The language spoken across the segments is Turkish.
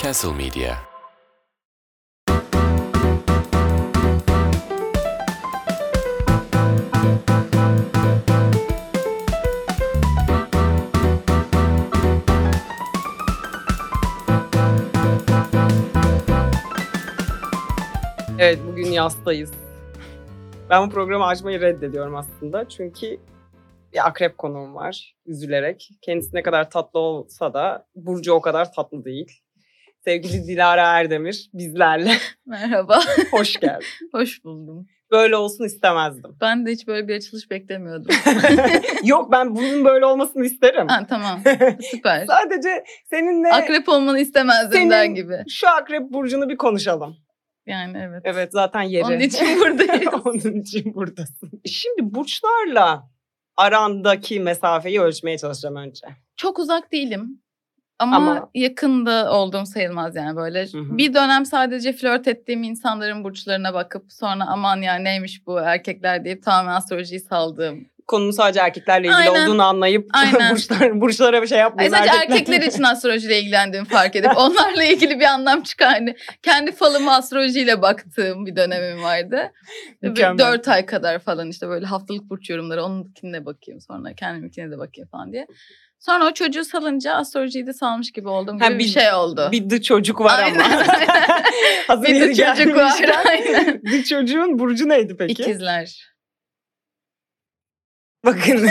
Castle Media. Evet, bugün yastayız. Ben bu programı açmayı reddediyorum aslında. Çünkü bir akrep konuğum var, üzülerek. Kendisi ne kadar tatlı olsa da Burcu o kadar tatlı değil. Sevgili Dilara Erdemir bizlerle. Merhaba. Hoş geldin. Hoş buldum. Böyle olsun istemezdim. Ben de hiç böyle bir açılış beklemiyordum. Yok, ben bunun böyle olmasını isterim. Ha, tamam, süper. Sadece seninle... Akrep olmanı istemezdim der gibi. Şu akrep burcunu bir konuşalım. Yani evet. Evet, zaten yeri. Onun için buradayız. Onun için buradasın. Şimdi burçlarla arandaki mesafeyi ölçmeye çalışacağım önce. Çok uzak değilim. Ama yakında olduğum sayılmaz yani böyle. Hı. Bir dönem sadece flört ettiğim insanların burçlarına bakıp sonra aman ya neymiş bu erkekler deyip tamamen astrolojiyi saldığım. Konunun sadece erkeklerle ilgili Aynen. olduğunu anlayıp burçlara bir şey yapmayın. Sadece erkekler için astrolojiyle ilgilendiğimi fark edip onlarla ilgili bir anlam çıkar. Hani kendi falıma astrolojiyle baktığım bir dönemim vardı. 4 ay kadar falan işte böyle haftalık burç yorumları onunkine bakayım sonra kendiminkine de bakayım falan diye. Sonra o çocuğu salınca astrolojiyi de salmış gibi oldum gibi bir şey oldu. Bir dı çocuk var aynen. ama. Hazır bir dı çocuk var. Aynen. Dı çocuğun burcu neydi peki? İkizler. Bakın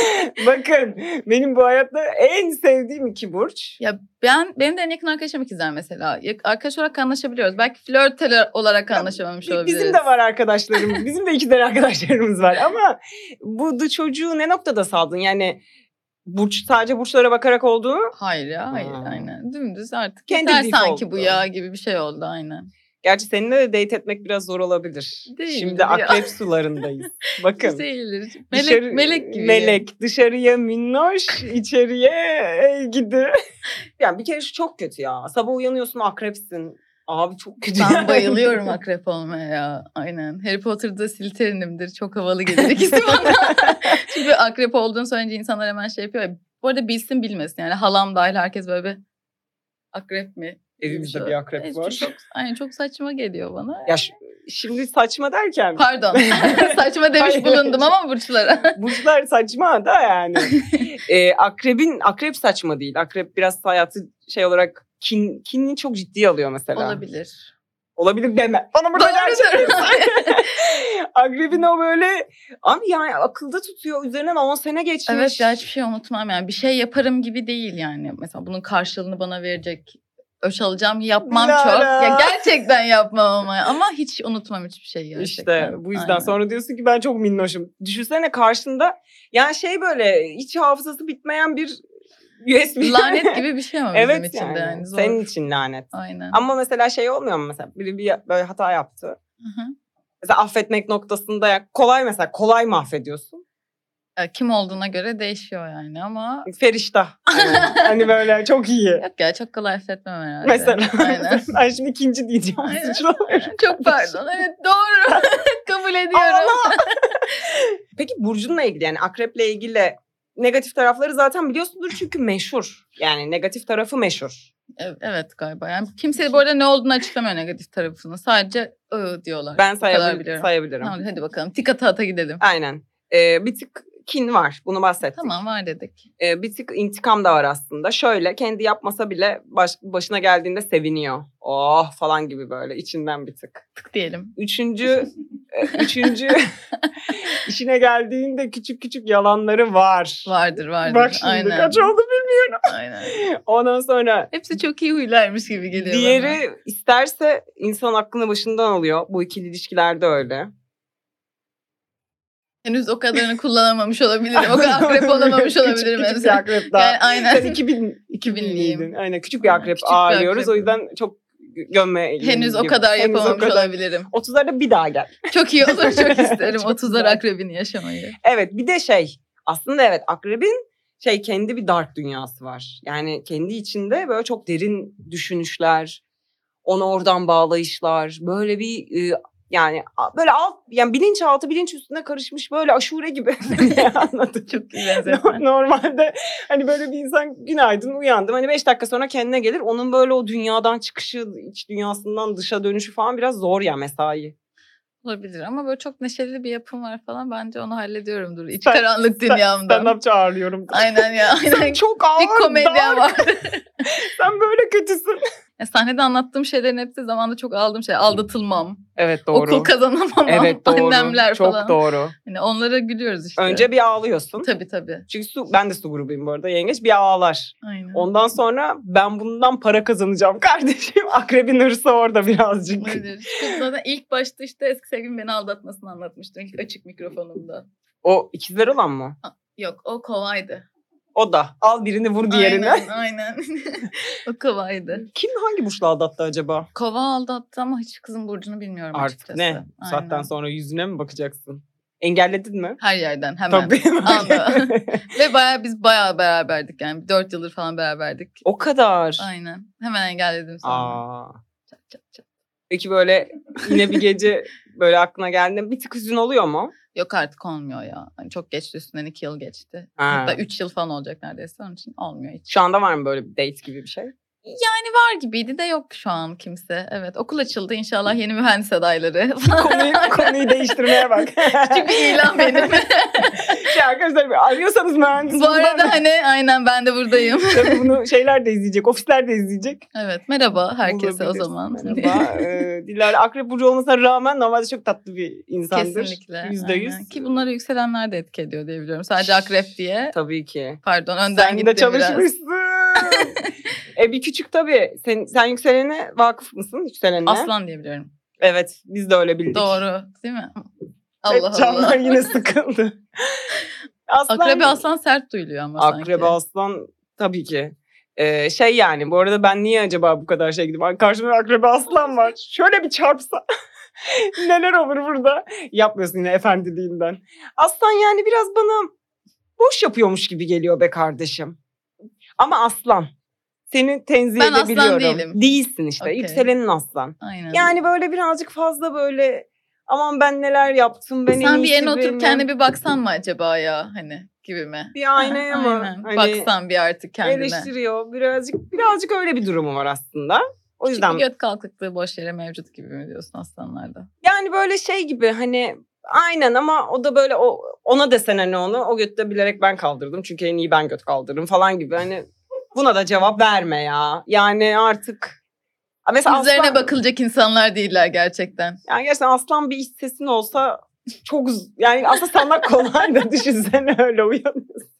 benim bu hayatta en sevdiğim 2 burç. Ya benim de en yakın arkadaşım ikizler mesela. Arkadaş olarak anlaşabiliyoruz. Belki flört olarak anlaşamamış olabiliriz. Bizim de var arkadaşlarımız. Bizim de ikizler arkadaşlarımız var ama bu çocuğu ne noktada saldın? Yani sadece burçlara bakarak oldu. Hayır ya, hayır aynen. Dümdüz artık. Kendi Yeter sanki oldu. Bu ya gibi bir şey oldu aynen. Gerçi seninle de date etmek biraz zor olabilir. Değildir Şimdi ya. Akrep sularındayız. Bakın. Değildir. Melek gibi. Melek. Dışarıya minnoş, içeriye gidi. Yani bir kere şu çok kötü ya. Sabah uyanıyorsun akrepsin. Abi çok kötü. Ben bayılıyorum akrep olmaya ya. Aynen. Harry Potter'da Slytherin'imdir. Çok havalı gelir ikisi bana. Çünkü akrep olduğunu söyleyince insanlar hemen şey yapıyor. Bu arada bilsin bilmesin. Yani halam dahil herkes böyle bir akrep mi? Evimizde bir akrep var. Çok saçma geliyor bana. Ya şimdi saçma derken. Pardon. Saçma demiş bulundum ama burçlara. Burçlar saçma da yani. Akrep saçma değil. Akrep biraz hayatı şey olarak kinini çok ciddiye alıyor mesela. Olabilir. Olabilir deme. Bana burada gerçekten. Akrebin o böyle abi yani akılda tutuyor. Üzerinden 10 sene geçmiş. Evet ya hiçbir şey unutmam yani. Bir şey yaparım gibi değil yani. Mesela bunun karşılığını bana verecek. Öç alacağım yapmam Dilara. çok. Ya gerçekten yapmam ama hiç unutmam hiçbir şey gerçekten. İşte bu yüzden sonra diyorsun ki ben çok minnoşum. Düşünsene karşında yani şey böyle hiç hafızası bitmeyen bir USB. Lanet gibi bir şey ama bizim evet için de yani. Zor. Senin için lanet. Aynen. Ama mesela şey olmuyor mu mesela biri bir böyle hata yaptı. Hı-hı. Mesela affetmek noktasında kolay mı affediyorsun? Kim olduğuna göre değişiyor yani ama. Feriştah. Hani böyle çok iyi. Yok ya çok kolay affetmem herhalde. Mesela. Aynen. Ben şimdi ikinci diyeceğim. Çok pardon. Evet doğru. Kabul ediyorum. Peki burcunla ilgili yani akreple ilgili negatif tarafları zaten biliyorsundur çünkü meşhur. Yani negatif tarafı meşhur. Evet galiba. Yani kimse bu arada ne olduğunu açıklamıyor negatif tarafını. Sadece diyorlar. Ben sayabilirim. Tamam, hadi bakalım. Tik ata gidelim. Aynen. Bir tık kin var. Bunu bahsettik. Tamam var dedik. Bir tık intikam da var aslında. Şöyle kendi yapmasa bile başına geldiğinde seviniyor. Oh falan gibi böyle içinden bir tık. Tık diyelim. Üçüncü işine geldiğinde küçük yalanları var. Vardır. Bak şimdi aynen. Kaç oldu bilmiyorum. Aynen. Ondan sonra. Hepsi çok iyi huylarmış gibi geliyor Diğeri bana. isterse insan aklını başından alıyor. Bu ikili ilişkilerde öyle. Henüz o kadarını kullanamamış olabilirim. O kadar akrep olamamış olabilirim. Küçük bir akrep daha. Yani, aynen. Sen 2000'liydin. Aynen küçük bir akrep ağırlıyoruz. O yüzden çok gömme. Henüz o kadar yapamamış olabilirim. 30'larda bir daha gel. Çok iyi olur. Çok isterim 30'lar akrebini yaşamayı. Evet bir de aslında evet akrebin kendi bir dark dünyası var. Yani kendi içinde böyle çok derin düşünüşler, onu oradan bağlayışlar, böyle bir Yani böyle yani bilinçaltı bilinç üstüne karışmış böyle aşure gibi. Anladın? Çok iyi benzetme. Normalde hani böyle bir insan günaydın uyandım. Hani 5 dakika sonra kendine gelir. Onun böyle o dünyadan çıkışı, iç dünyasından dışa dönüşü falan biraz zor ya mesai. Olabilir ama böyle çok neşeli bir yapım var falan. Bence onu hallediyorumdur İç karanlık dünyamda. Stand-up çağırıyorum. Aynen ya. Aynen. Sen çok ağır, bir komedyen var. Sen böyle kötüsün. Sahnede anlattığım şeylerin hepsi zamanında çok aldığım şey. Aldatılmam. Evet doğru. Okul kazanamam. Evet doğru. Annemler çok falan. doğru. Hani onlara gülüyoruz işte. Önce bir ağlıyorsun. Tabii. Çünkü ben de su grubuyum bu arada. Yengeç bir ağlar. Aynen. Ondan sonra ben bundan para kazanacağım kardeşim. Akrebin hırsı orada birazcık. Öyledir. Zaten ilk başta işte eski sevgilim beni aldatmasını anlatmıştım. İlk açık mikrofonumda. O ikizler olan mı? Yok o kovaydı. O da. Al birini vur diğerine. Aynen. O kovaydı. Kim hangi burçla aldattı acaba? Kova aldattı ama hiç kızın burcunu bilmiyorum Artık açıkçası. ne? Bu saatten sonra yüzüne mi bakacaksın? Engelledin mi? Her yerden hemen. Tabii. Anda. Ve biz bayağı beraberdik yani. 4 yıldır falan beraberdik. O kadar. Aynen. Hemen engelledim sonra. Çat. Peki böyle yine bir gece böyle aklına geldiğinde bir tık hüzün oluyor mu? Yok artık olmuyor ya. Hani çok geçti üstünden 2 yıl geçti. Ha. Hatta 3 yıl falan olacak neredeyse. Onun için olmuyor hiç. Şu anda var mı böyle bir date gibi bir şey? Yani var gibiydi de yok şu an kimse. Evet okul açıldı inşallah yeni mühendis adayları. konuyu değiştirmeye bak. Küçük bir ilan benim. Arkadaşlar arıyorsanız mühendis. Bu arada hani aynen ben de buradayım. Tabii bunu şeyler de izleyecek, ofisler de izleyecek. Evet merhaba herkese o zaman. Merhaba. Dilara Akrep Burcu olmasına rağmen normalde çok tatlı bir insandır. Kesinlikle. %100. Ki bunları yükselenler de etki ediyor diye biliyorum. Sadece Akrep diye. Tabii ki. Pardon önden Sen gittim de biraz. çalışmışsın. Bir küçük tabii. Sen yükselene vakıf mısın? Yükselenine. Aslan diye biliyorum. Evet biz de öyle bildik. Doğru değil mi? Allah Canlar yine sıkıldı. Akrep aslan sert duyuluyor ama sanki. Akrep aslan tabii ki. Yani bu arada ben niye acaba bu kadar şey gidip karşımda akrep aslan var. Şöyle bir çarpsa neler olur burada. Yapmıyorsun yine efendiliğinden. Aslan yani biraz bana boş yapıyormuş gibi geliyor be kardeşim. Ama aslan. Seni tenzih ben edebiliyorum. Aslan değilim. Değilsin işte. Okay. Yükselenin aslan. Aynen. Yani böyle birazcık fazla böyle aman ben neler yaptım ben en iyisi sen bir yerine oturup benim. kendine bir baksan mı acaba ya hani gibi mi? Bir aynaya mı? Aynen. Hani baksan bir artık kendine. eleştiriyor. Birazcık öyle bir durumu var aslında. O yüzden. Küçük bir göt kalkıklığı boş yere mevcut gibi mi diyorsun aslanlarda? Yani böyle şey gibi hani aynen ama o da böyle ona desen hani onu o götte bilerek ben kaldırdım. Çünkü en iyi ben göt kaldırırım falan gibi hani buna da cevap verme ya. Yani artık mesela üzerine aslan, bakılacak insanlar değiller gerçekten. Yani gerçekten aslan bir iç sesin olsa çok yani aslında sana kolay da düşünsene öyle uyanıyorsun.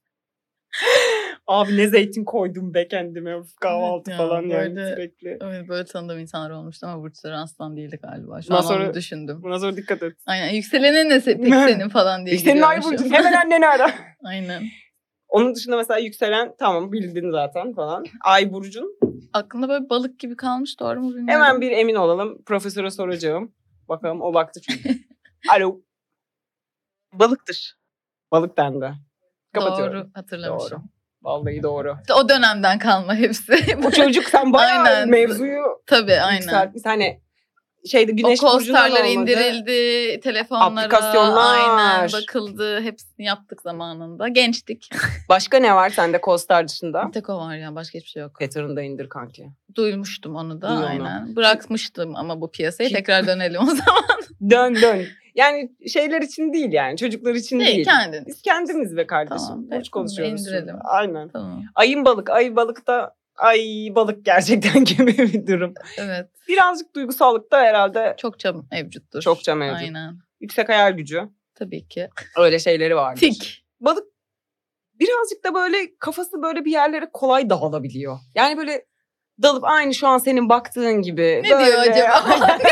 Abi ne zeytin koydum be kendime kahvaltı Evet ya, falan yani böyle, sürekli. Evet böyle tanıdığım insanlar olmuştu ama burçları aslan değildi galiba. Şu an onu düşündüm. Buna sonra dikkat et. Aynen yükselenin ne peki senin falan diye Senin ay burcun hemen anneni ara. Aynen. Onun dışında mesela yükselen tamam bildin zaten falan. Ay burcun. Aklımda böyle balık gibi kalmış doğru mu bilmiyorum. Hemen bir emin olalım. Profesöre soracağım. Bakalım o baktı çünkü. Alo. Balıktır. Balık dendi. Kapatıyorum. Doğru hatırlamışım. Doğru. Vallahi doğru. İşte o dönemden kalma hepsi. Bu çocuk sen bayağı Aynen. mevzuyu Tabii aynen. yükseltmiş. Hani güneş o burcundan coaster'lar olmadı. indirildi, telefonlara Aplikasyonlar. aynen bakıldı. Hepsini yaptık zamanında. Gençtik. Başka ne var sende co-star dışında? Tek o var ya başka hiçbir şey yok. Pattern'ı da indir kanki. Duymuştum onu da Duy onu. aynen. Bırakmıştım ama bu piyasayı tekrar dönelim o zaman. Dön. Yani şeyler için değil yani çocuklar için değil. Kendin. Biz kendimiz be kardeşim. Tamam, Burç konuşuyoruz. indirelim. Şimdi. Aynen. Tamam. Ayın balık. Ay balıkta balık gerçekten gibi bir durum. Evet. Birazcık duygusallıkta herhalde Çokça mevcuttur. çokça mevcut. Aynen. Yüksek hayal gücü. Tabii ki. Öyle şeyleri vardır. Tik. Balık birazcık da böyle kafası böyle bir yerlere kolay dağılabiliyor. Yani böyle dalıp aynı şu an senin baktığın gibi. Ne böyle... diyor acaba?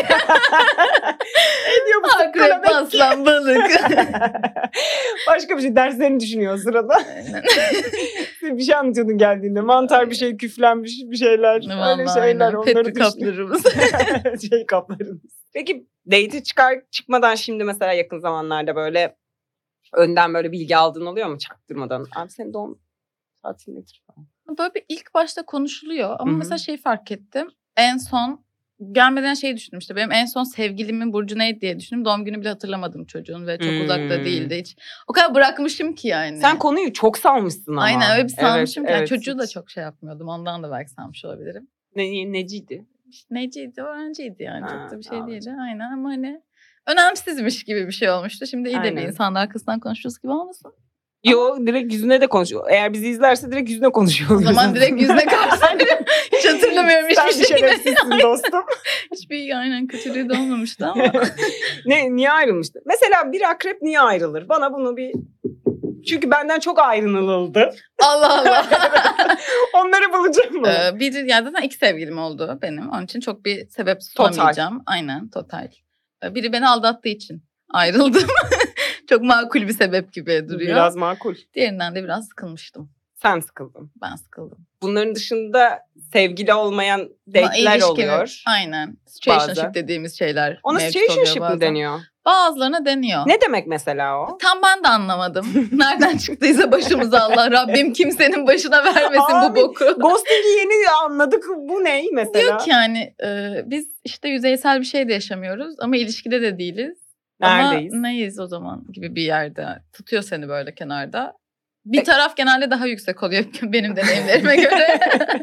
Ne diyor bu Akrep, aslan, balık. Başka bir şey derslerini düşünüyor o sırada. Aynen. Bir şey anlatıyordun geldiğinde. Mantar bir şey küflenmiş bir şeyler. Vallahi öyle şeyler. aynen. Petri kaplarımız. Kaplarımız. Peki date çıkmadan şimdi mesela yakın zamanlarda böyle önden böyle bilgi aldığın oluyor mu çaktırmadan? Abi senin doğum saatin nedir falan. Böyle bir ilk başta konuşuluyor ama Hı-hı. mesela fark ettim. En son gelmeden şey düşündüm işte. Benim en son sevgilimin burcu neydi diye düşündüm. Doğum günü bile hatırlamadım çocuğun ve çok uzakta değildi hiç. O kadar bırakmışım ki yani. Sen konuyu çok salmışsın ama. Aynen öyle bir salmışım ki. Yani evet. çocuğu da çok şey yapmıyordum. Ondan da belki salmış olabilirim. Neciydi? Neciydi? Öğrenciydi yani. Çok da bir şey anladım. değildi. Aynen ama hani önemsizmiş gibi bir şey olmuştu. Şimdi iyi de bir insanın arkasından konuşuyoruz gibi olmasın? Yo, direkt yüzüne de konuşuyor. Eğer bizi izlerse direkt yüzüne konuşuyor. O zaman direkt yüzüne karşı. Hiç hatırlamıyorum hiçbir şeyi. Sen bir şerefsizsin dostum. Hiçbir aynen kötülüğü de olmamıştı ama. Niye ayrılmıştı? Mesela bir akrep niye ayrılır? Bana bunu bir... Çünkü benden çok ayrılıldı. Allah Allah. Onları bulacağım mı? Bir yerden 2 sevgilim oldu benim. Onun için çok bir sebep sunamayacağım. Aynen total. Biri beni aldattığı için ayrıldım. Çok makul bir sebep gibi duruyor. Biraz makul. Diğerinden de biraz sıkılmıştım. Sen sıkıldın. Ben sıkıldım. Bunların dışında sevgili olmayan date'ler oluyor. Aynen. Situationship bazen dediğimiz şeyler. Ona situationship mi deniyor? Bazılarına deniyor. Ne demek mesela o? Tam ben de anlamadım. Nereden çıktıysa başımıza Allah Rabbim kimsenin başına vermesin bu boku. Ghosting'i yeni anladık. Bu ne mesela? Diyor ki yani biz işte yüzeysel bir şey de yaşamıyoruz ama ilişkide de değiliz. Neredeyiz? Ama neyiz o zaman gibi bir yerde. Tutuyor seni böyle kenarda. Bir taraf genelde daha yüksek oluyor benim deneyimlerime göre.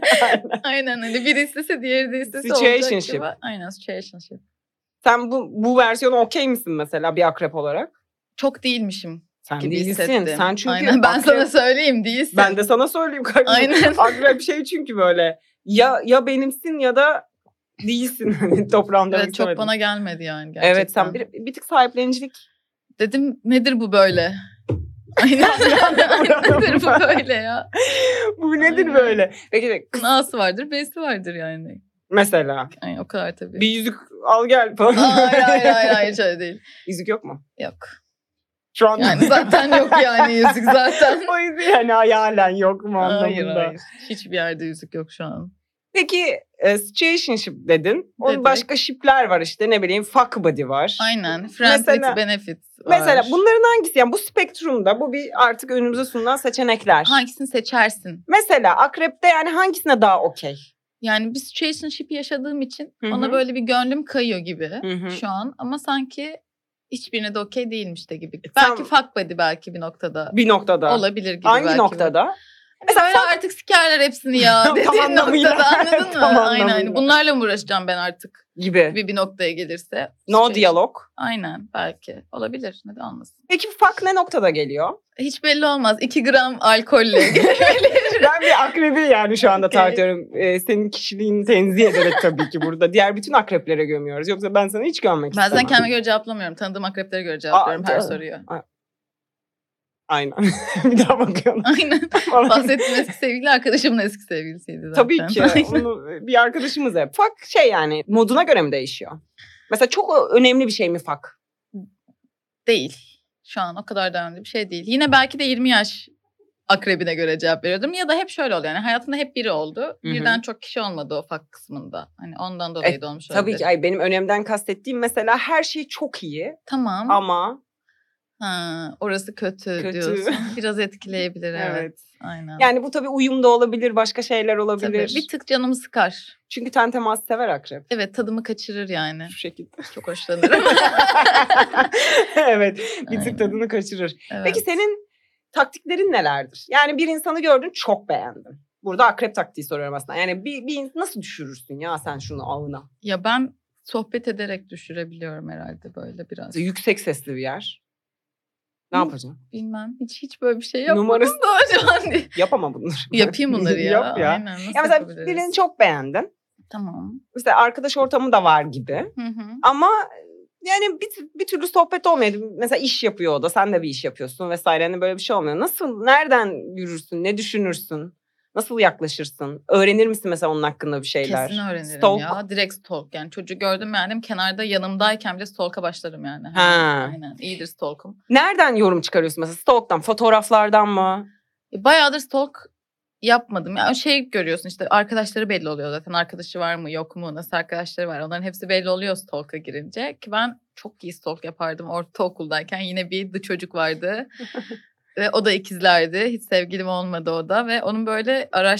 Aynen hani biri istese diğeri de istese olacak gibi. Aynen situationship. Sen bu versiyona okey misin mesela bir akrep olarak? Çok değilmişim. Sen gibi değilsin. hissettim. Sen çünkü aynen ben sana söyleyeyim değilsin. Ben de sana söyleyeyim kardeşim. Aynen. Akrep şey çünkü böyle ya benimsin ya da değilsin. Hani toprağımda evet çok bana gelmedi yani gerçekten. Evet sen bir tık sahiplenicilik. Dedim nedir bu böyle? Aynen. Nedir bu böyle ya? Bu nedir böyle? Peki A'sı vardır, B'si vardır yani. Mesela. Ay, o kadar tabii. Bir yüzük al gel falan. Hayır şöyle değil. Yüzük yok mu? Yok. Şu an yani zaten yok yani yüzük zaten. O yüzden yani hayalen yok mu anlamında. Hayır. Hiçbir yerde yüzük yok şu an. Peki situationship dedin. Onun başka ship'ler var işte ne bileyim fuck buddy var. Aynen. Friends with benefits var. Mesela bunların hangisi? Yani bu spektrumda bu bir artık önümüze sunulan seçenekler. Hangisini seçersin? Mesela akrepte yani hangisine daha okey? Yani bir situationship yaşadığım için ona böyle bir gönlüm kayıyor gibi şu an. Ama sanki hiçbirine de okey değilmiş de gibi. Belki fuck buddy belki bir noktada. Bir noktada. Olabilir gibi Hangi belki. noktada? Mesela artık sikerler hepsini ya dediğin noktada anladın mı? Aynen. Bunlarla mı uğraşacağım ben artık? Gibi. Bir noktaya gelirse. No diyalog. Aynen belki. Olabilir. Neden olmasın? Peki fuck ne noktada geliyor? Hiç belli olmaz. 2 gram alkolle gelebilir. Ben bir akrebi yani şu anda tartıyorum. Senin kişiliğini tenzih ederek tabii ki burada. Diğer bütün akreplere gömüyoruz. Yoksa ben sana hiç gömmek istemem. Bazen kendime göre cevaplamıyorum. Tanıdığım akreplere göre cevaplıyorum her soruyu. Aynen. Bir daha bakıyorum. Aynen. Bahsettiğim eski sevgili arkadaşımın eski sevgilisiydi zaten. Tabii ki. Onu bir arkadaşımız hep. Fuck şey yani moduna göre mi değişiyor? Mesela çok önemli bir şey mi fuck? Değil. Şu an o kadar da önemli bir şey değil. Yine belki de 20 yaş akrebine göre cevap veriyordum. Ya da hep şöyle oluyor. Yani hayatımda hep biri oldu. Hı-hı. Birden çok kişi olmadı o fuck kısmında. Hani ondan dolayı da olmuş olabilir. Tabii ki. Benim önemden kastettiğim mesela her şey çok iyi. Tamam. Ama... orası kötü diyorsun. Biraz etkileyebilir evet. Aynen. Yani bu tabii uyum da olabilir, başka şeyler olabilir. Tabii bir tık canımı sıkar. Çünkü ten teması sever akrep. Evet tadımı kaçırır yani. Şu şekilde. Çok hoşlanırım. Evet bir tık tadını kaçırır. Evet. Peki senin taktiklerin nelerdir? Yani bir insanı gördün çok beğendin. Burada akrep taktiği soruyorum aslında. Yani bir nasıl düşürürsün ya sen şunu ağına? Ya ben sohbet ederek düşürebiliyorum herhalde böyle biraz. Yüksek sesli bir yer. Ne yapacağım? Bilmem. Hiç böyle bir şey yapmadım Numarası... da şu an. Yapama bunları. Yapayım bunları ya. Yap ya. Aynen. Ya mesela birini çok beğendin. Tamam. Mesela arkadaş ortamı da var gibi. Ama yani bir türlü sohbet olmuyor. Mesela iş yapıyor o da. Sen de bir iş yapıyorsun vesaire. Yani böyle bir şey olmuyor. Nasıl, nereden yürürsün? Ne düşünürsün? Nasıl yaklaşırsın? Öğrenir misin mesela onun hakkında bir şeyler? Kesin öğrenirim ya. Direkt stalk yani. Çocuğu gördüm beğendim. Kenarda yanımdayken bile stalk'a başlarım yani. Aynen. İyidir stalk'um. Nereden yorum çıkarıyorsun mesela? Stalk'tan, fotoğraflardan mı? Bayağıdır stalk yapmadım. Yani şey görüyorsun işte arkadaşları belli oluyor zaten. Arkadaşı var mı yok mu? Nasıl arkadaşları var? Onların hepsi belli oluyor stalk'a girince. Ki ben çok iyi stalk yapardım. Ortaokuldayken yine bir çocuk vardı. Ve o da ikizlerdi. Hiç sevgilim olmadı o da. Ve onun böyle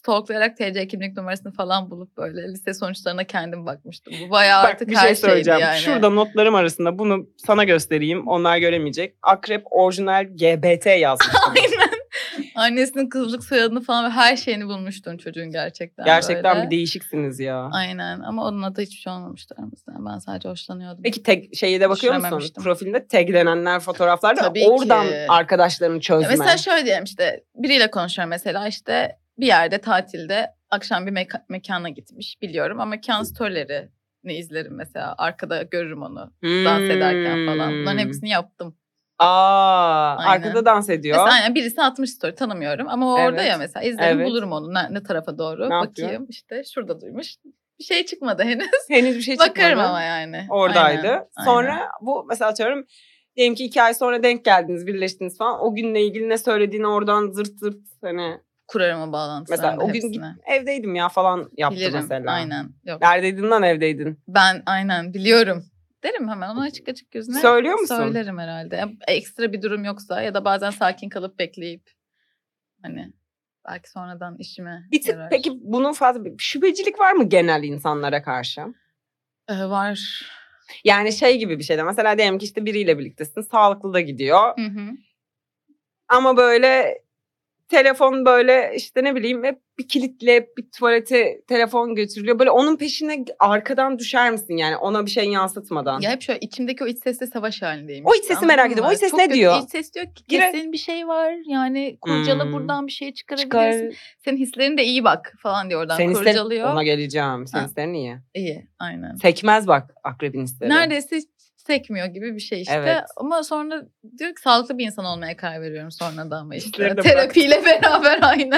stalklayarak TC kimlik numarasını falan bulup böyle lise sonuçlarına kendim bakmıştım. Bu bayağı Bak artık bir her şey şeydi söyleyeceğim. yani. Şurada notlarım arasında bunu sana göstereyim. Onlar göremeyecek. Akrep orijinal GBT yazmış. Aynen. Annesinin kızlık soyadını falan ve her şeyini bulmuştum çocuğun gerçekten Gerçekten böyle. bir değişiksiniz ya. Aynen ama onun adı hiçbir şey olmamıştı aramızda. Ben sadece hoşlanıyordum. Peki şeye de bakıyor musun? Düşürememiştim. Profilinde taglenenler fotoğraflarda Tabii oradan ki. arkadaşlarını çözme. Ya mesela şöyle diyelim işte biriyle konuşuyorum mesela işte bir yerde tatilde akşam bir mekana gitmiş biliyorum ama mekan storylerini izlerim mesela. Arkada görürüm onu dans ederken falan. Bunların hepsini yaptım. Aynen. Arkada dans ediyor. Mesela aynen birisi atmış story tanımıyorum ama o orada ya mesela izlerim bulurum onu ne tarafa doğru bakayım yapıyor? işte şurada duymuş. Bir şey çıkmadı henüz. Henüz bir şey çıkmadı. Bakarım ama yani. Oradaydı. Aynen. Sonra bu mesela atıyorum diyelim ki 2 ay sonra denk geldiniz, birleştiniz falan. O günle ilgili ne söylediğini oradan zırt zırt hani. Kurarım o bağlantısını. Mesela o gün evdeydim ya falan yaptı bilirim, mesela. Aynen. Yok. Neredeydin lan evdeydin? Ben aynen biliyorum. Derim hemen ona açık açık gözüne. Söylüyor musun? Söylerim herhalde. Ekstra bir durum yoksa ya da bazen sakin kalıp bekleyip hani belki sonradan işime bir tık yarar. Peki bunun fazla bir şüphecilik var mı genel insanlara karşı? Var. Yani şey gibi bir şey de mesela diyelim ki işte biriyle birliktesin, sağlıklı da gidiyor. Hı. Ama böyle telefon böyle işte ne bileyim hep bir kilitle hep bir tuvalete telefon götürülüyor. Böyle onun peşine arkadan düşer misin yani ona bir şey yansıtmadan? Ya hep şöyle içimdeki o iç sesle savaş halindeyim. O iç sesi merak ediyorum. O iç ses Çok ne kötü. diyor? İç ses diyor ki kesin bir şey var. Yani kurcala buradan bir şey çıkarabilirsin. Senin hislerine de iyi bak falan diyor oradan kurcalıyor. Ona geleceğim. Senin hislerin iyi. İyi aynen. Sekmez bak akrebin hisleri. Neredeyse sekmiyor gibi bir şey işte. Evet. Ama sonra diyor ki sağlıklı bir insan olmaya karar veriyorum sonradan ama işte. de Terapiyle beraber aynen.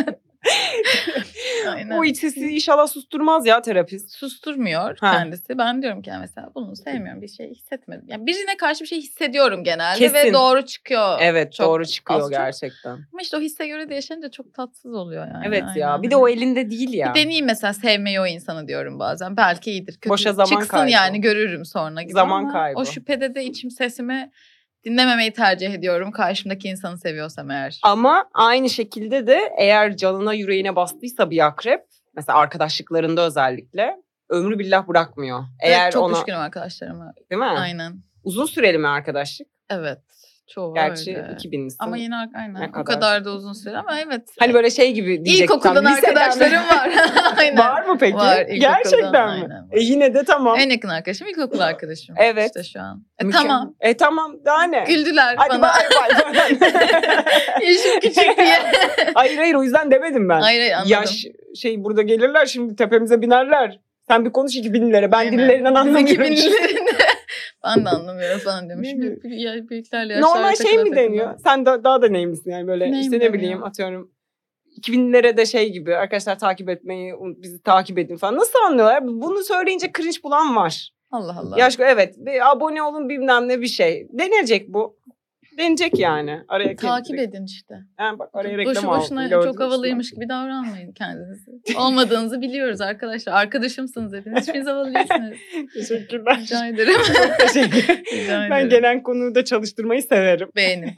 O iç sesi inşallah susturmaz ya terapist. Susturmuyor kendisi. Ben diyorum ki mesela bunu sevmiyorum bir şey hissetmedim. Yani birine karşı bir şey hissediyorum genelde. Kesin. Ve doğru çıkıyor. Evet çok doğru çıkıyor çok. Gerçekten. Ama işte o hisse göre de yaşayınca çok tatsız oluyor yani. Evet aynen. ya bir de o elinde değil ya. Bir deneyeyim mesela sevmeyi o insanı diyorum bazen. Belki iyidir. Kötü boşa zaman çıksın kaybı. Yani görürüm sonra gibi zaman ama kaybı. O şüphede de içim sesimi dinlememeyi tercih ediyorum. Karşımdaki insanı seviyorsam eğer. Ama aynı şekilde de eğer canına yüreğine bastıysa bir akrep mesela arkadaşlıklarında özellikle ömrü billah bırakmıyor. Eğer evet, çok ona... düşkünüm arkadaşlarıma. Değil mi? Aynen. Uzun süreli mi arkadaşlık? Evet. Çoğu Gerçi öyle. 2000'lisin. Ama yine aynen. O kadar da uzun süre ama evet. Hani böyle şey gibi diyecektim. İlkokuldan arkadaşlarım var. Aynen. Var mı peki? Var, gerçekten mi? Aynen, yine de tamam. En yakın arkadaşım ilkokul arkadaşım. Evet. İşte şu an. Tamam. Tamam daha ne? Güldüler hadi bana. Hadi bay. Yaşım küçük diye. Hayır o yüzden demedim ben. Hayır anladım. Yaş burada gelirler şimdi tepemize binerler. Sen bir konuş 2000'lere. Ben dillerinden anlamıyorum. 2000'lerinde. Ben de anlamıyorum falan demiş. Büyüklerle yaşlar normal şey mi deniyor? Sen daha da neymişsin yani böyle neyim işte ne bileyim atıyorum 2000'lere de şey gibi arkadaşlar takip etmeyi bizi takip edin falan. Nasıl anlıyorlar? Bunu söyleyince cringe bulan var. Allah Allah. Yaş evet bir abone olun bilmem ne bir şey. Denecek bu. Denecek yani. Araya takip edin işte. Yani bak araya reklam boşu boşuna çok havalıymış gibi davranmayın kendinizi. Olmadığınızı biliyoruz arkadaşlar. Arkadaşımsınız hepiniz. Hiçbiriniz havalı değilsiniz. Teşekkürler. Rica ederim. Çok teşekkür Rica Ben genel konuda çalıştırmayı severim. Beğenin.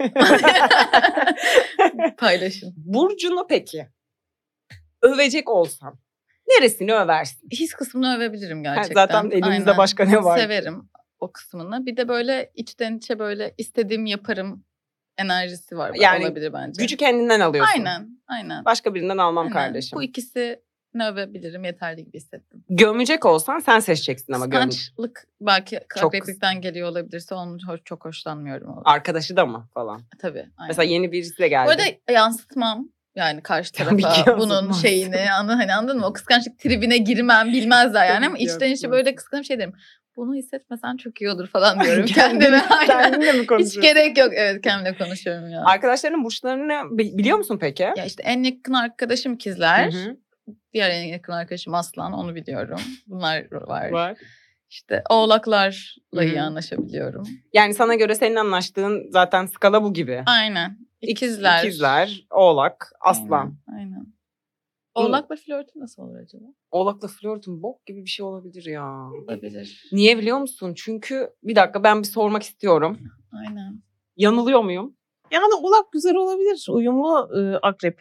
Paylaşın. Burcu'nu peki övecek olsam neresini översin? His kısmını övebilirim gerçekten. Zaten elimizde aynen. başka ne var? Severim o kısmını. Bir de böyle içten içe böyle istediğimi yaparım enerjisi var. Yani olabilir bence. Gücü kendinden alıyorsun. Aynen. Başka birinden almam kardeşim. Bu ikisi ne övebilirim yeterli gibi hissettim. Gömecek olsan sen seçeceksin ama kıskançlık belki akreplikten geliyor olabilirse onun çok hoşlanmıyorum. Arkadaşı da mı falan? Tabii. Aynen. Mesela yeni birisiyle geldi. Bu arada yansıtmam. Yani karşı tarafa bunun şeyini anladın mı? O kıskançlık tribine girmem bilmezler yani ama içten içe böyle kıskanıp şey derim. Bunu hissetmesen çok iyi olur falan diyorum kendime. Kendinle mi konuşuyorsun? Hiç gerek yok. Evet kendimle konuşuyorum ya. Arkadaşlarının burçlarını biliyor musun peki? Ya işte en yakın arkadaşım ikizler. Hı-hı. Diğer en yakın arkadaşım Aslan onu biliyorum. Bunlar var. İşte oğlaklarla iyi anlaşabiliyorum. Yani sana göre senin anlaştığın zaten skala bu gibi. Aynen. İkizler, oğlak, aslan. Aynen. Oğlakla flörtün nasıl olur acaba? Oğlakla flörtün bok gibi bir şey olabilir ya. Olabilir. Niye biliyor musun? Çünkü bir dakika ben bir sormak istiyorum. Aynen. Yanılıyor muyum? Yani oğlak güzel olabilir uyumlu akreple.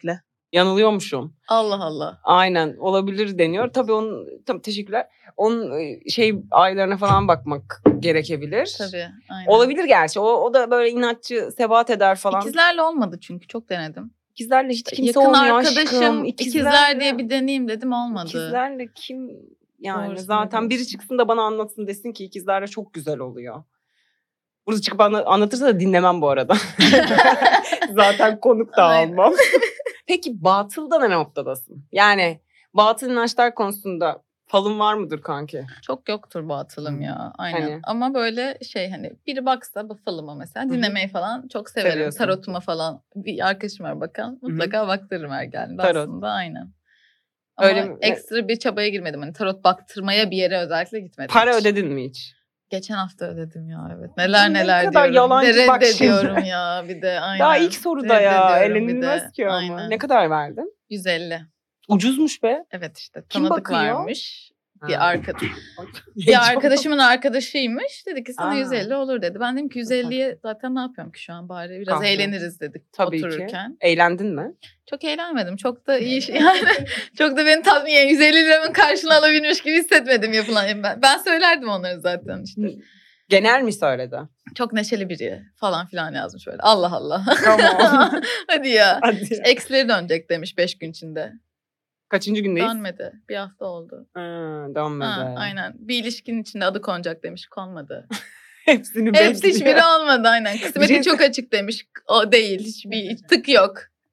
Yanılıyormuşum. Allah Allah. Aynen olabilir deniyor. Tabii teşekkürler. Onun aylarına falan bakmak gerekebilir. Tabii aynen. Olabilir gerçi. O da böyle inatçı sebat eder falan. İkizlerle olmadı çünkü çok denedim. İkizlerle hiç kimse yakın olmuyor arkadaşım aşkım. ikizler diye bir deneyeyim dedim olmadı. İkizlerle kim yani Doğru zaten biri söylüyorsun. çıksın da bana anlatsın desin ki ikizlerle çok güzel oluyor. Burada çıkıp anlatırsa da dinlemem bu arada. Zaten konuk da Aynen. almam. Peki batılda ne noktadasın? Yani batıl inançlar konusunda falın var mıdır kanki? Çok yoktur batılım ya. Aynen. Hani? Ama böyle hani biri baksa bu falıma mesela dinlemeyi falan çok severim. Seviyorsun. Tarotuma falan bir arkadaşım var bakan. Mutlaka baktırırım her geldiğinde Tarot. aslında aynen. Ama Öyle ekstra bir çabaya girmedim. Hani tarot baktırmaya bir yere özellikle gitmedim. Para hiç. ödedin mi hiç? Geçen hafta ödedim ya evet. Ne Neler kadar diyorum. yalancı Bir de bak reddediyorum şimdi. ya bir de aynen. Daha ilk soruda ya. Reddediyorum bir Elenilmez de. ki ama. Aynen. Ne kadar verdin? 150. Ucuzmuş be. Evet işte Kim tanıdık bakıyor? varmış. Ha. Bir arkadaşımın arkadaşıymış. Dedi ki sana Aa. 150 olur dedi. Ben dedim ki 150'ye zaten ne yapıyorum ki şu an bari biraz Kahve. eğleniriz dedik Tabii otururken. ki. Eğlendin mi? Çok eğlenmedim. Çok da iyi yani çok da beni tatmin 150 liramın karşılığını alabilmiş gibi hissetmedim yapılan. Ben söylerdim onları zaten işte. Genel mi söyledi? Çok neşeli biri falan filan yazmış böyle. Allah Allah. Tamam. Hadi ya. Hadi ya. Eksleri dönecek demiş 5 gün içinde. Kaçıncı gündeyiz? Dönmedi. Bir hafta oldu. Dönmedi. Ha, aynen. Bir ilişkinin içinde adı konacak demiş. Konmadı. Hepsini Hepsi bekliyor. hiçbiri olmadı aynen. Kısmeti Biri- çok açık demiş. O değil. Hiçbir tık yok.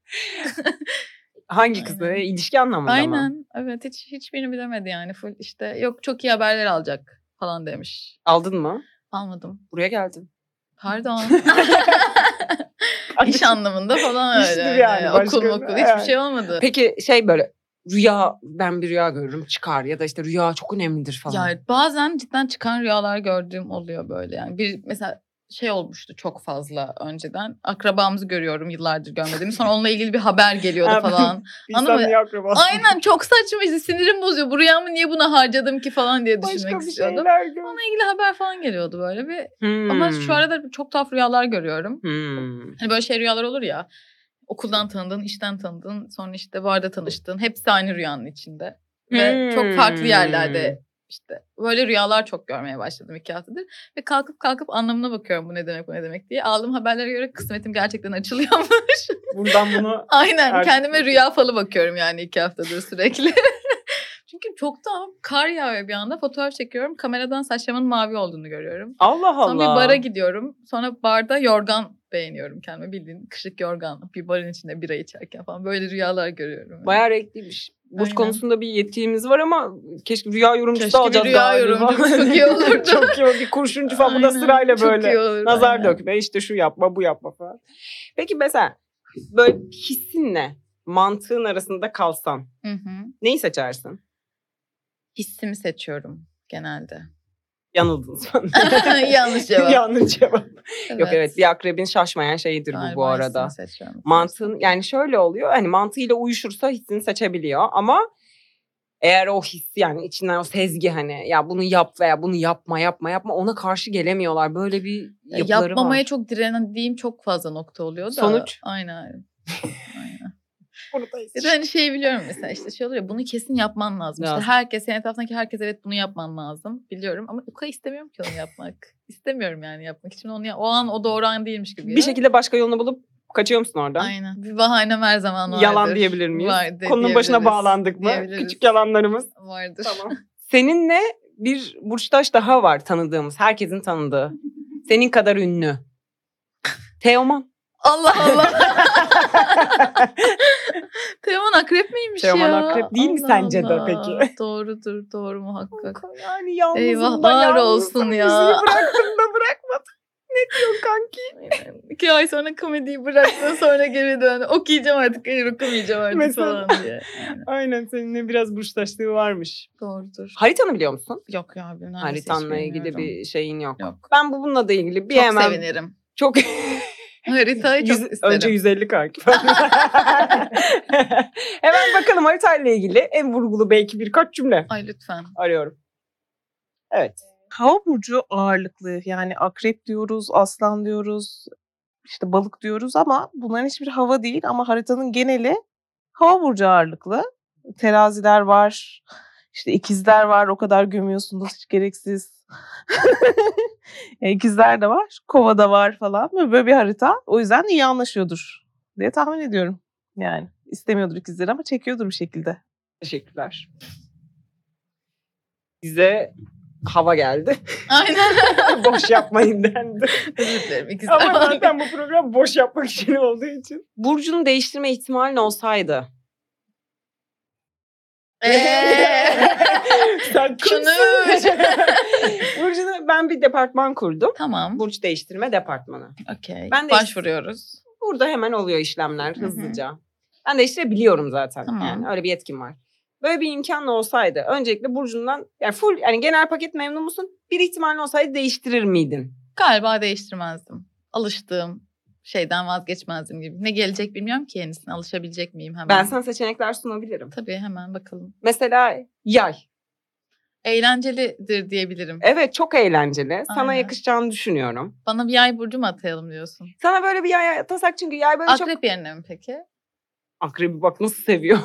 Hangi kızı? Aynen. İlişki anlamında mı? Aynen. Evet hiçbirini bilemedi yani. Full işte yok çok iyi haberler alacak falan demiş. Aldın mı? Almadım. Buraya geldin. Pardon. İş anlamında falan öyle. İştir yani, Okul başka- okul hiçbir şey olmadı. Peki böyle ben bir rüya görürüm çıkar ya da işte rüya çok önemlidir falan. Ya bazen cidden çıkan rüyalar gördüğüm oluyor böyle yani. Bir mesela olmuştu çok fazla önceden. Akrabamızı görüyorum yıllardır görmediğim. Sonra onunla ilgili bir haber geliyordu falan. Anladın mı? Aynen çok saçmaydı. Sinirim bozuyor. Bu rüyamı niye buna harcadım ki falan diye düşünmek Başka bir istiyordum. şeyler gör. Onunla ilgili haber falan geliyordu böyle bir. Ama şu arada çok tuhaf rüyalar görüyorum. Hani böyle rüyalar olur ya. Okuldan tanıdın, işten tanıdın, sonra işte barda tanıştın. Hepsi aynı rüyanın içinde. Ve çok farklı yerlerde işte böyle rüyalar çok görmeye başladım 2 haftadır. Ve kalkıp anlamına bakıyorum bu ne demek diye. Aldığım haberlere göre kısmetim gerçekten açılıyormuş. Buradan bunu Aynen kendime rüya falı bakıyorum yani 2 haftadır sürekli. Çünkü çok da kar yağıyor bir anda. Fotoğraf çekiyorum. Kameradan saçlarımın mavi olduğunu görüyorum. Allah Allah. Sonra bir bara gidiyorum. Sonra barda yorgan beğeniyorum kendime. Bildiğin kışlık yorgan. Bir barın içinde bira içerken falan. Böyle rüyalar görüyorum. Yani. Bayağı renkliymiş. Burç Aynen. konusunda bir yetkimiz var ama keşke rüya yorumcusu Keşke alacağız bir rüya galiba. yorumcumuz çok iyi olurdu. Çok iyi olur. Bir kurşuncu falan bu da Aynen, sırayla çok böyle. iyi olur, Nazar aynen. dökme işte şu yapma bu yapma falan. Peki mesela böyle hissinle mantığın arasında kalsan neyi seçersin? Hissimi seçiyorum genelde. Yanıldın sen. Yanlış cevap. Yanlış cevap. Yok evet bir akrebin şaşmayan şeyidir bu arada. hissimi seçiyorum. Mantığın yani şöyle oluyor hani mantığıyla uyuşursa hissini seçebiliyor ama eğer o hissi yani içinden o sezgi hani ya bunu yap veya bunu yapma ona karşı gelemiyorlar. Böyle bir yapıları Yapmamaya var. çok direndiğim çok fazla nokta oluyor da. Sonuç? Aynen. Buradayız. Ya da hani biliyorum mesela işte olur ya bunu kesin yapman lazım. İşte herkes senin etrafındaki herkes evet bunu yapman lazım biliyorum ama o kadar istemiyorum ki onu yapmak. İstemiyorum yani yapmak için onu o an o doğru an değilmiş gibi. Bir şekilde başka yolunu bulup kaçıyor musun oradan? Aynen. Bir bahanem her zaman vardır. Yalan diyebilir miyiz? Vardır. Konunun başına bağlandık mı? Küçük yalanlarımız. Vardır. Tamam. Seninle bir burçtaş daha var tanıdığımız. Herkesin tanıdığı. Senin kadar ünlü. Teoman. Allah Allah. Teoman akrep miymiş Teoman ya? akrep değil mi sence de peki? Doğrudur doğru muhakkak. Yani yalnızım Eyvah da var yalnızım. olsun ya. Bizi bıraktın da bırakmadın. Ne diyorsun kanki? 2 ay sonra komediyi bıraktın sonra geri dön. Okuyacağım artık hayır okumayacağım artık Mesela. falan diye. Aynen seninle biraz burçtaşlığı varmış. Doğrudur. Haritanı biliyor musun? Yok ya. Haritanla ilgili bir şeyin yok. Yok. Ben bununla da ilgili bir çok hemen... sevinirim. Çok Haritayı çok isterim. Önce 150 kanki. Hemen bakalım haritayla ilgili en vurgulu belki birkaç cümle. Ay lütfen. Arıyorum. Evet. Hava burcu ağırlıklı yani akrep diyoruz, aslan diyoruz, işte balık diyoruz ama bunların hiçbir hava değil ama haritanın geneli Hava burcu ağırlıklı. Teraziler var. İşte ikizler var. O kadar gömüyorsunuz hiç gereksiz. İkizler de var. Kova da var falan. Böyle bir harita. O yüzden iyi anlaşıyordur diye tahmin ediyorum. Yani istemiyordur ikizleri ama çekiyordur bir şekilde. Teşekkürler. Bize hava geldi. Aynen. Boş yapmayın dendi. Özür dilerim. İkizler Ama falan. zaten bu program boş yapmak için olduğu için. Burcunu değiştirme ihtimalin olsaydı. Sen Konuş. Burcu'nu ben bir departman kurdum. Tamam. Burç değiştirme departmanı. Okey. Ben de Başvuruyoruz. Burada hemen oluyor işlemler Hı hı. hızlıca. Ben değiştirebiliyorum zaten. Tamam. Yani öyle bir yetkim var. Böyle bir imkanla olsaydı öncelikle Burcu'ndan yani full yani genel paket memnun musun? Bir ihtimalin olsaydı değiştirir miydin? Galiba değiştirmezdim. Alıştığım şeyden vazgeçmezdim gibi. Ne gelecek bilmiyorum ki yenisine. Alışabilecek miyim hemen? Ben sana seçenekler sunabilirim. Tabii hemen bakalım. Mesela yay. Eğlencelidir diyebilirim. Evet çok eğlenceli. Sana Aynen. yakışacağını düşünüyorum. Bana bir yay burcu mu atayalım diyorsun? Sana böyle bir yay atasak çünkü yay böyle çok... Akrep yerine mi peki? Akrebi bak nasıl seviyor.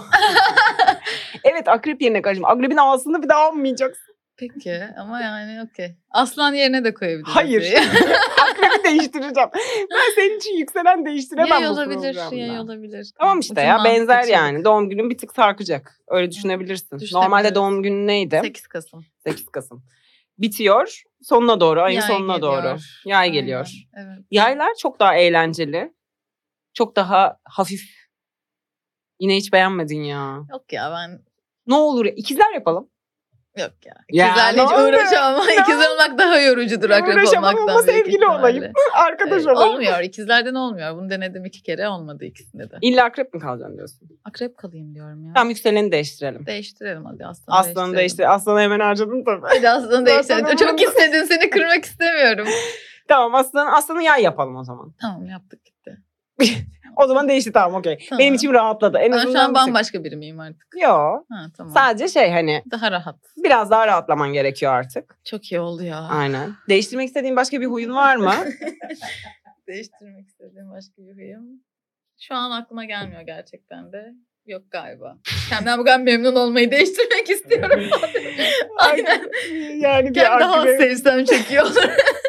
Evet akrep yerine karışım. Akrebin ağzını bir daha almayacaksın. Peki ama yani okey. Aslan yerine de koyabiliriz. Hayır. Akrebi değiştireceğim. Ben senin için yükselen değiştiremem Yay bu olabilir, programda. yay olabilir. Tamam işte Ucundan ya benzer kaçırdık. yani. Doğum günün bir tık sarkacak. Öyle düşünebilirsin. Düşünebiliriz. Normalde doğum günün neydi? 8 Kasım. 8 Kasım. Bitiyor. Sonuna doğru. Ayın Yay sonuna geliyor. doğru. Yay Aynen, geliyor. Evet. Yaylar çok daha eğlenceli. Çok daha hafif. Yine hiç beğenmedin ya. Yok ya ben Ne olur ikizler yapalım. yok ya. Ya, İkizlerle ne hiç oldu? uğraşamam. İkiz olmak daha yorucudur akrep Uğraşamam olmaktan. ama büyük sevgili ihtimalle. olayım. Arkadaş Evet, olayım. olmuyor. İkizlerden olmuyor. Bunu denedim 2 kere olmadı ikisinde de. İlla akrep mi kalacaksın diyorsun? Akrep kalayım diyorum ya. Tamam yükseleni değiştirelim. Değiştirelim hadi aslanı Aslanı değiştirelim. değiştir. Aslanı hemen harcadın tabii. Hadi aslanı değiştirelim. Zaten Çok umurumda. istedin seni kırmak istemiyorum. Tamam aslanı yay yapalım o zaman. Tamam yaptık gitti. O zaman değişti tamam okey. Tamam. Benim içim rahatladı. En Ben şu azından an bambaşka biri miyim artık? Yo. Ha tamam. Sadece şey hani Daha rahat. biraz daha rahatlaman gerekiyor artık. Çok iyi oldu ya. Aynen. Değiştirmek istediğin başka bir huyun var mı? Değiştirmek istediğim başka bir huyum. Şu an aklıma gelmiyor gerçekten de. Yok galiba. Kendimden bu kadar memnun olmayı değiştirmek istiyorum. Aynen. Yani bir Kendi daha az akrep sevsem çekiyor olur.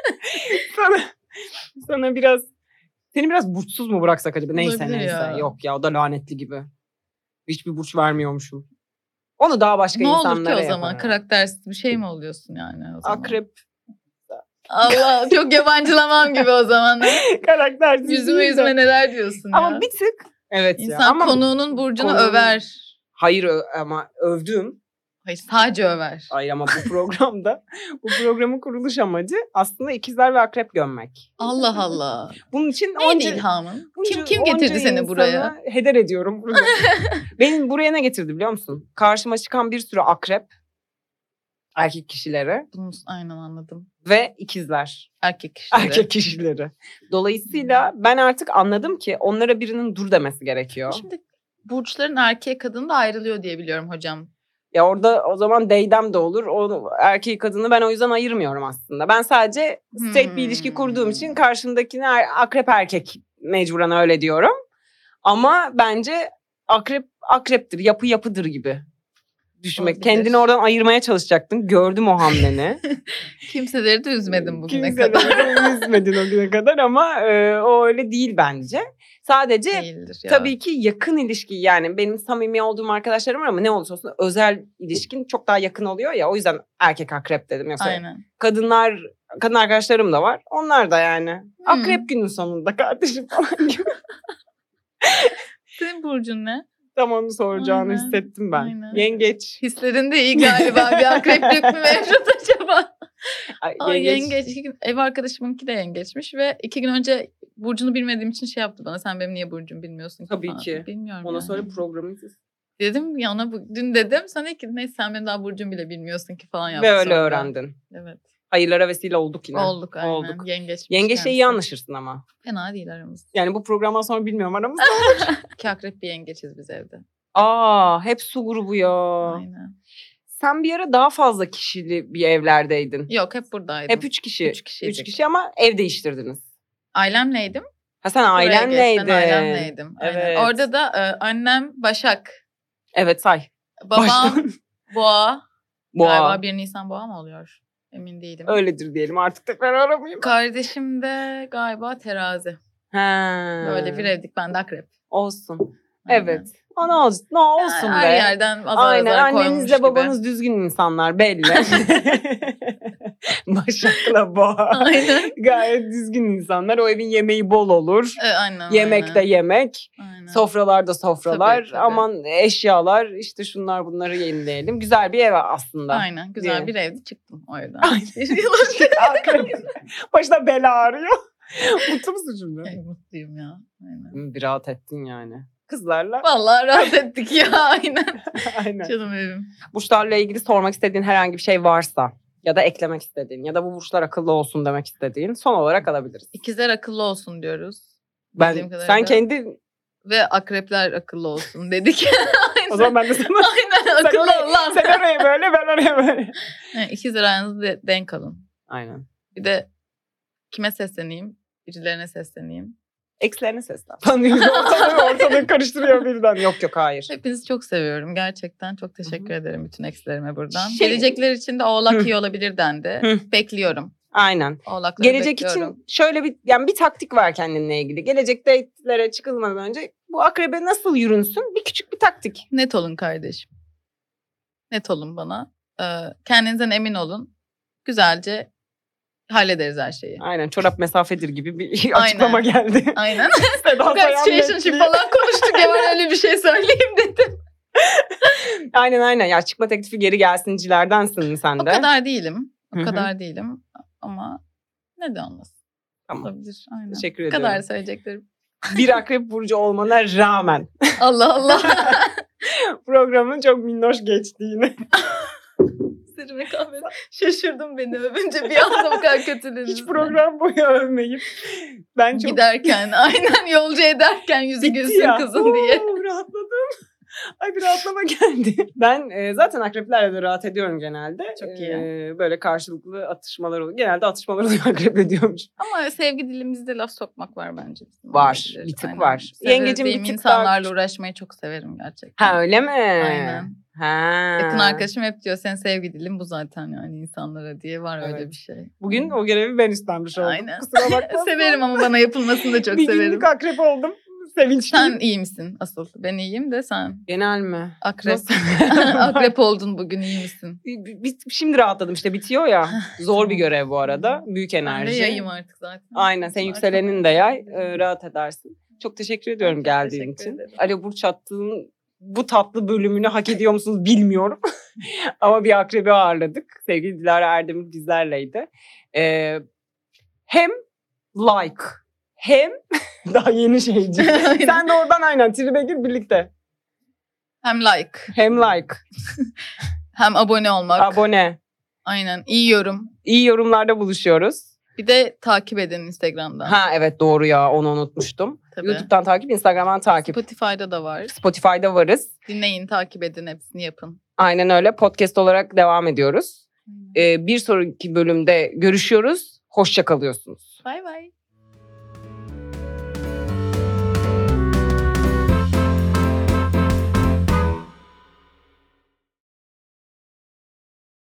sana biraz seni biraz burçsuz mu bıraksak acaba? Neyse Olabilir neyse. ya. Yok ya o da lanetli gibi. Hiçbir burç vermiyormuşum. Onu daha başka Ne olur insanlara ki o zaman? yaparım. Karaktersiz bir şey mi oluyorsun yani o zaman? Akrep Allah çok yabancılamam gibi o zaman. karaktersiz Yüzüme değil de. yüzüme neler diyorsun ya. Ama bir tık evet ya. İnsan Ama konuğunun burcunu konuğun- över. hayır ama övdüm. Hayır sadece över. Hayır ama bu programda bu programın kuruluş amacı aslında ikizler ve akrep gömmek. Allah Allah. Bunun için Neydi ilhamın? Kim getirdi seni buraya? Heder ediyorum. Burada. Benim buraya ne getirdi biliyor musun? Karşıma çıkan bir sürü akrep, erkek kişileri Bunu aynen anladım. ve ikizler, Erkek kişileri. erkek kişileri. Dolayısıyla ben artık anladım ki onlara birinin dur demesi gerekiyor. Şimdi burçların erkeğe kadını da ayrılıyor diye biliyorum hocam. Ya orada o zaman deydem de olur. O erkeği kadını ben o yüzden ayırmıyorum aslında. Ben sadece straight bir ilişki kurduğum için karşımdakine akrep erkek mecburen öyle diyorum. Ama bence akrep akreptir, yapı yapıdır gibi düşünmek. Olabilir. Kendini oradan ayırmaya çalışacaktın. Gördüm o hamleni. Kimseleri de üzmedim bugüne Kimseleri kadar. de üzmedin o güne kadar ama o öyle değil bence. Sadece Değildir ya. tabii ki yakın ilişki yani benim samimi olduğum arkadaşlarım var ama ne olursa olsun özel ilişkin çok daha yakın oluyor ya o yüzden erkek akrep dedim. Yoksa Aynen. kadın arkadaşlarım da var. Onlar da yani akrep günün sonunda kardeşim falan gibi. Senin burcun ne? Tam onu soracağını Aynen, hissettim ben. aynen. Yengeç. Hislerin de iyi galiba. Bir akreplik mi mevcut acaba? Ay, yengeç. Ev arkadaşımınki de yengeçmiş ve 2 gün önce burcunu bilmediğim için şey yaptı bana. Sen benim niye burcumu bilmiyorsun ki Tabii falan. ki. Bilmiyorum Ona yani. sonra programı izledim. Dedim ya ona dün dedim. Sonra ki neyse sen benim daha burcumu bile bilmiyorsun ki falan yaptı Ve öyle sonra. öğrendin. Evet. Hayırlara vesile olduk yine. Olduk aynen. Olduk. Yengeçmiş Yengeçle iyi kendisi. anlaşırsın ama. Fena değil aramız. Yani bu programdan sonra bilmiyorum aramızda. 2 akrep bir yengeçiz biz evde. Hep su grubu ya. Aynen. Sen bir ara daha fazla kişili bir evlerdeydin. Yok hep buradaydım. Hep 3 kişi. 3 kişiydik. 3 kişi ama ev değiştirdiniz. Ailemleydim. Ha sen Buraya ailenleydin. geç, ben ailemleydim. Aynen. Evet. Orada da annem Başak. Evet say. Babam Boğa. Boğa. Galiba 1 Nisan Boğa mı oluyor? Emin değilim. Öyledir diyelim artık tekrar aramayayım. Kardeşim de galiba Terazi. Ha. Böyle bir evdik, ben de Akrep. Olsun. Aynen. Evet. Ne olsun Yani be. her yerden azar Aynen. azar koymuş Annenizle gibi. babanız düzgün insanlar belli. Başak'la Boğa. Aynen. Gayet düzgün insanlar. O evin yemeği bol olur. Aynen. Yemek aynen. de yemek. Aynen. Sofralarda sofralar. Tabii, tabii. Aman eşyalar işte şunlar bunları yenileyelim. Güzel bir ev aslında. Aynen. Güzel Diye. bir evde çıktım o evden. Aynen. Başına bela ağrıyor. Mutlu musun şimdi? Ay, mutluyum ya. Aynen. Bir rahat ettin yani. Kızlarla. Vallahi rahat ettik ya, aynen. Aynen. Canım evim. Burçlarla ilgili sormak istediğin herhangi bir şey varsa ya da eklemek istediğin ya da bu burçlar akıllı olsun demek istediğin son olarak alabiliriz. İkizler akıllı olsun diyoruz. Ben Bildiğim kadarıyla. sen kendi Ve akrepler akıllı olsun dedik. o zaman ben de sana Aynen, akıllı ol lan. sen oraya böyle ben oraya böyle. Yani ikizler aranızda denk alın. Aynen. Bir de kime sesleneyim? Birilerine sesleneyim. Eksilerine seslen. Ortalığı karıştırıyor birden. Yok hayır. Hepinizi çok seviyorum. Gerçekten çok teşekkür ederim bütün eksilerime buradan. Şey- Gelecekler için de Oğlak iyi olabilir dendi. Hı. Bekliyorum. Aynen. Oğlakları Gelecek bekliyorum. için şöyle bir taktik var kendinle ilgili. Gelecek date'lere çıkılmadan önce bu akrebe nasıl yürünsün? Küçük bir taktik. Net olun kardeşim. Net olun bana. Kendinizden emin olun. Güzelce hallederiz her şeyi. Aynen çorap mesafedir gibi bir Aynen. açıklama geldi. Aynen. Seda Sayan Situationship netliği. falan konuştuk ya, ben öyle bir şey söyleyeyim dedim. Aynen. Ya çıkma teklifi geri gelsincilerdensin sen de. O kadar değilim. Hı hı. O kadar değilim. Ama ne de olmasın. Tamam. Olabilir. Aynen. Teşekkür Bu ediyorum. kadar söyleyeceklerim. Bir akrep burcu olmana rağmen Allah Allah. programın çok minnoş geçtiğini. Sırrı kahve. Şaşırdım beni övünce, bir anda bu kadar kötülüğünüz. Hiç program boyu övmeyip ben çok Giderken aynen yolcu ederken yüzü bitti gülsün ya. kızın diye. Rahatladım. Ay bir rahatlama geldi. Ben zaten akreplerle de rahat ediyorum genelde. Çok iyi. Böyle karşılıklı atışmalar oluyor. Genelde atışmalar oluyor akreple diyormuş. Ama sevgi dilimizde laf sokmak var bence. Var, Olabilir. bir tık Aynen. var. Yengecim bir Sevdiğim tık daha insanlarla küçük. uğraşmayı çok severim gerçekten. Ha öyle mi? Aynen. Ha. Yakın arkadaşım hep diyor, sen sevgi dilin bu zaten yani insanlara diye, var öyle Evet. bir şey. Bugün o görevi ben üstlenmiş oldum. Aynen. Kusura bakma. Severim ama bana yapılmasını da çok bir severim. günlük akrep oldum. Sevinçliyim. Sen iyi misin asıl? Ben iyiyim de sen Genel mi? akrep. Nasıl? Akrep oldun bugün, iyi misin? Şimdi rahatladım işte bitiyor ya. Zor bir Tamam. görev bu arada. Büyük Ben de enerji. yayım artık zaten. Aynen sen yükselenin de yay. Rahat edersin. Çok teşekkür ediyorum Çok geldiğin teşekkür için. ederim. Ali Burç Attı'nın bu tatlı bölümünü hak ediyor musunuz bilmiyorum. Ama bir akrebi ağırladık. Sevgili Dilara Erdemir bizlerleydi. Hem like hem daha yeni şeyci. Aynen. Sen de oradan aynen tribe gir birlikte. Hem like, Hem like, hem abone olmak. abone, Aynen, iyi yorum. iyi yorumlarda buluşuyoruz. Bir de takip edin Instagram'dan. Ha evet doğru ya onu unutmuştum. Tabii. YouTube'dan takip, Instagram'dan takip. Spotify'da da var. Spotify'da varız. Dinleyin, takip edin, hepsini yapın. Aynen öyle podcast olarak devam ediyoruz. Bir sonraki bölümde görüşüyoruz. Hoşça kalıyorsunuz. Bay bay.